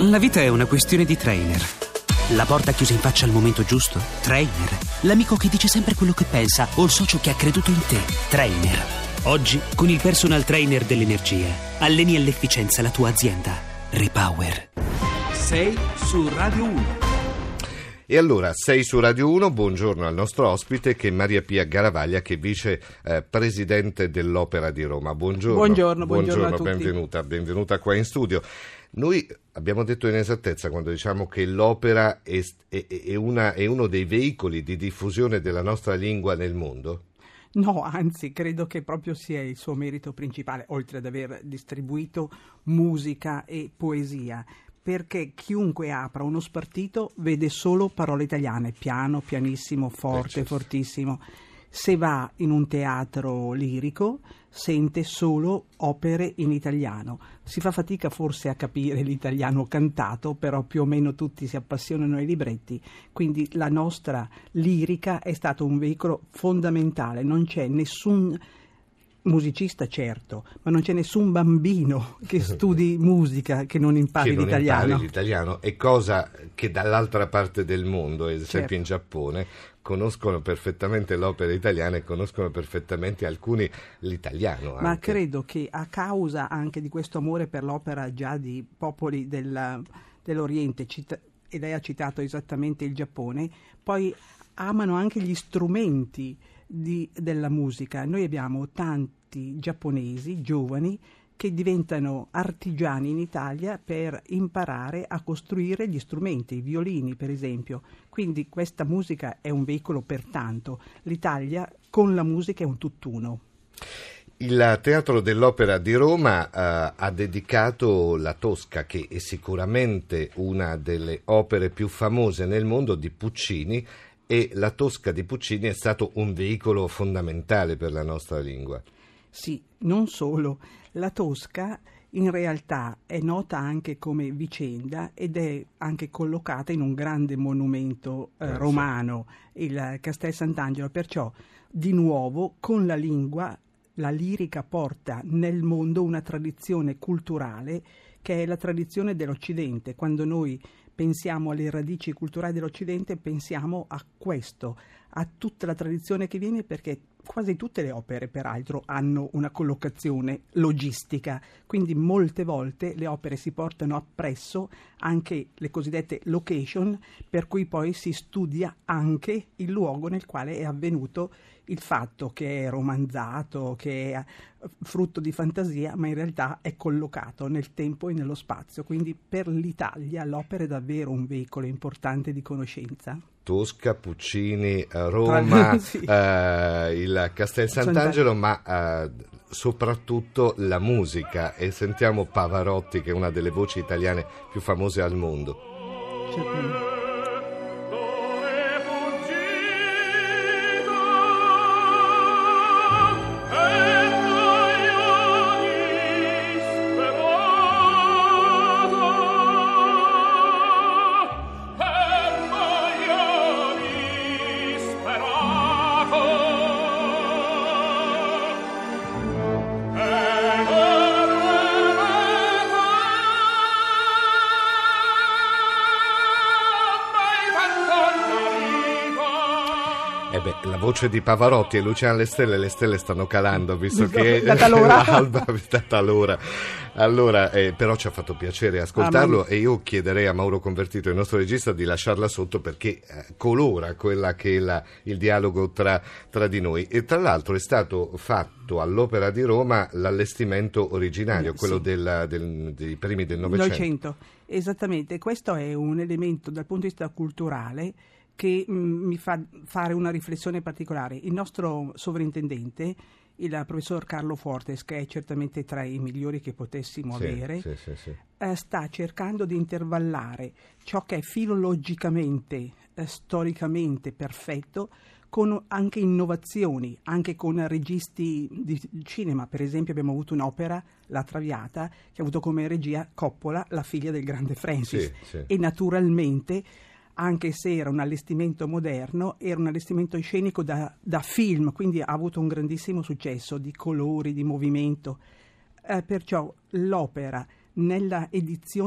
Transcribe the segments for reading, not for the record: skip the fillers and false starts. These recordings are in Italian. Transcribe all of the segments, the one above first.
La vita è una questione di trainer. La porta chiusa in faccia al momento giusto? Trainer. L'amico che dice sempre quello che pensa o il socio che ha creduto in te? Trainer. Oggi, con il personal trainer dell'energia, alleni all'efficienza la tua azienda. Repower. Sei su Radio 1. E allora, sei su Radio 1, buongiorno al nostro ospite che è Maria Pia Garavaglia, che è vice presidente dell'Opera di Roma. Buongiorno a tutti. Benvenuta qua in studio. Noi abbiamo detto in esattezza quando diciamo che l'opera è uno dei veicoli di diffusione della nostra lingua nel mondo? No, anzi, credo che proprio sia il suo merito principale, oltre ad aver distribuito musica e poesia, perché chiunque apra uno spartito vede solo parole italiane, piano, pianissimo, forte, fortissimo. Se va in un teatro lirico sente solo opere in italiano. Si fa fatica forse a capire l'italiano cantato, però più o meno tutti si appassionano ai libretti, quindi la nostra lirica è stato un veicolo fondamentale. Non c'è nessun musicista, certo, ma non c'è nessun bambino che studi musica che non impari l'italiano. È cosa che dall'altra parte del mondo, ad esempio in Giappone, conoscono perfettamente l'opera italiana e conoscono perfettamente alcuni l'italiano. Ma credo che a causa anche di questo amore per l'opera già di popoli dell'Oriente, e lei ha citato esattamente il Giappone, poi amano anche gli strumenti della musica. Noi abbiamo tanti giapponesi giovani che diventano artigiani in Italia per imparare a costruire gli strumenti, i violini per esempio. Quindi questa musica è un veicolo per tanto. L'Italia con la musica è un tutt'uno. Il Teatro dell'Opera di Roma ha dedicato La Tosca, che è sicuramente una delle opere più famose nel mondo di Puccini, e La Tosca di Puccini è stato un veicolo fondamentale per la nostra lingua. Sì, non solo. La Tosca in realtà è nota anche come vicenda ed è anche collocata in un grande monumento romano, il Castel Sant'Angelo. Perciò, di nuovo, con la lingua, la lirica porta nel mondo una tradizione culturale che è la tradizione dell'Occidente. Quando noi pensiamo alle radici culturali dell'Occidente, pensiamo a questo, a tutta la tradizione che viene, perché quasi tutte le opere, peraltro, hanno una collocazione logistica, quindi molte volte le opere si portano appresso anche le cosiddette location, per cui poi si studia anche il luogo nel quale è avvenuto il fatto, che è romanzato, che è frutto di fantasia, ma in realtà è collocato nel tempo e nello spazio. Quindi per l'Italia l'opera è davvero un veicolo importante di conoscenza. Tosca, Puccini, Roma, sì. Il Castel Sant'Angelo, ma soprattutto la musica. E sentiamo Pavarotti, che è una delle voci italiane più famose al mondo. Certo. La voce di Pavarotti e Luciano le stelle stanno calando, visto che data l'ora. Data l'ora. Allora, però ci ha fatto piacere ascoltarlo e io chiederei a Mauro Convertito, il nostro regista, di lasciarla sotto perché colora quella che è il dialogo tra di noi. E tra l'altro è stato fatto all'Opera di Roma l'allestimento originario, quello dei primi del Novecento. Esattamente, questo è un elemento dal punto di vista culturale che mi fa fare una riflessione particolare. Il nostro sovrintendente, il professor Carlo Fortes, che è certamente tra i migliori che potessimo avere, sta cercando di intervallare ciò che è filologicamente, storicamente perfetto, con anche innovazioni, anche con registi di cinema. Per esempio abbiamo avuto un'opera, La Traviata, che ha avuto come regia Coppola, la figlia del grande Francis. E naturalmente, anche se era un allestimento moderno, era un allestimento scenico da film, quindi ha avuto un grandissimo successo di colori, di movimento. Perciò l'opera, nella edizione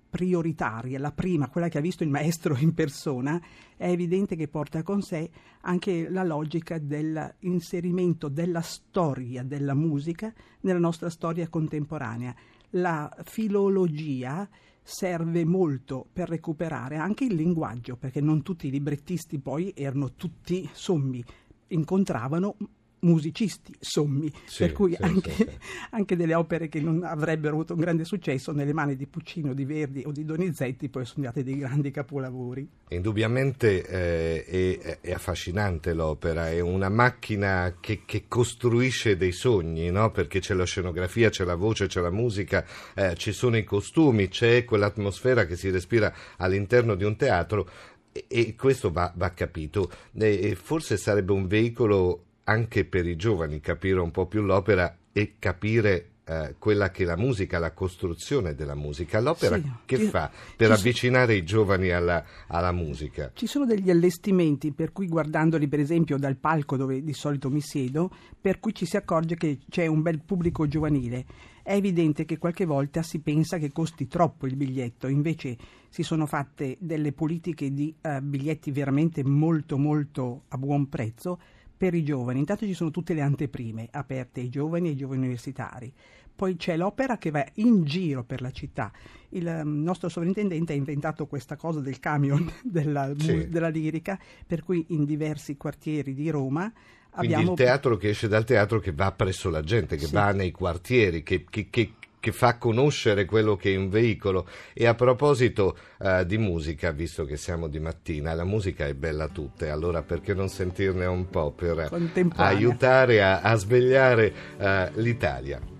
prioritaria, la prima, quella che ha visto il maestro in persona, è evidente che porta con sé anche la logica dell'inserimento della storia della musica nella nostra storia contemporanea. La filologia serve molto per recuperare anche il linguaggio, perché non tutti i librettisti poi erano tutti sommi, incontravano musicisti sommi, Sì, per cui sì, anche, sì. anche delle opere che non avrebbero avuto un grande successo nelle mani di Puccini, di Verdi o di Donizetti poi sono diventati dei grandi capolavori. Indubbiamente è affascinante l'opera, è una macchina che costruisce dei sogni, no? Perché c'è la scenografia, c'è la voce, c'è la musica, ci sono i costumi, c'è quell'atmosfera che si respira all'interno di un teatro e questo va capito. E forse sarebbe un veicolo anche per i giovani capire un po' più l'opera e capire quella che è la musica, la costruzione della musica. L'opera Sì, che fa per avvicinare i giovani alla musica? Ci sono degli allestimenti per cui, guardandoli per esempio dal palco dove di solito mi siedo, per cui ci si accorge che c'è un bel pubblico giovanile. È evidente che qualche volta si pensa che costi troppo il biglietto, invece si sono fatte delle politiche di biglietti veramente molto molto a buon prezzo per i giovani. Intanto ci sono tutte le anteprime aperte ai giovani e ai giovani universitari. Poi c'è l'opera che va in giro per la città. Il nostro sovrintendente ha inventato questa cosa del camion della lirica, per cui in diversi quartieri di Roma Quindi abbiamo... il teatro che esce dal teatro, che va presso la gente, che va nei quartieri, che fa conoscere quello che è un veicolo. E a proposito di musica, visto che siamo di mattina, la musica è bella a tutte, allora perché non sentirne un po' per aiutare a svegliare l'Italia?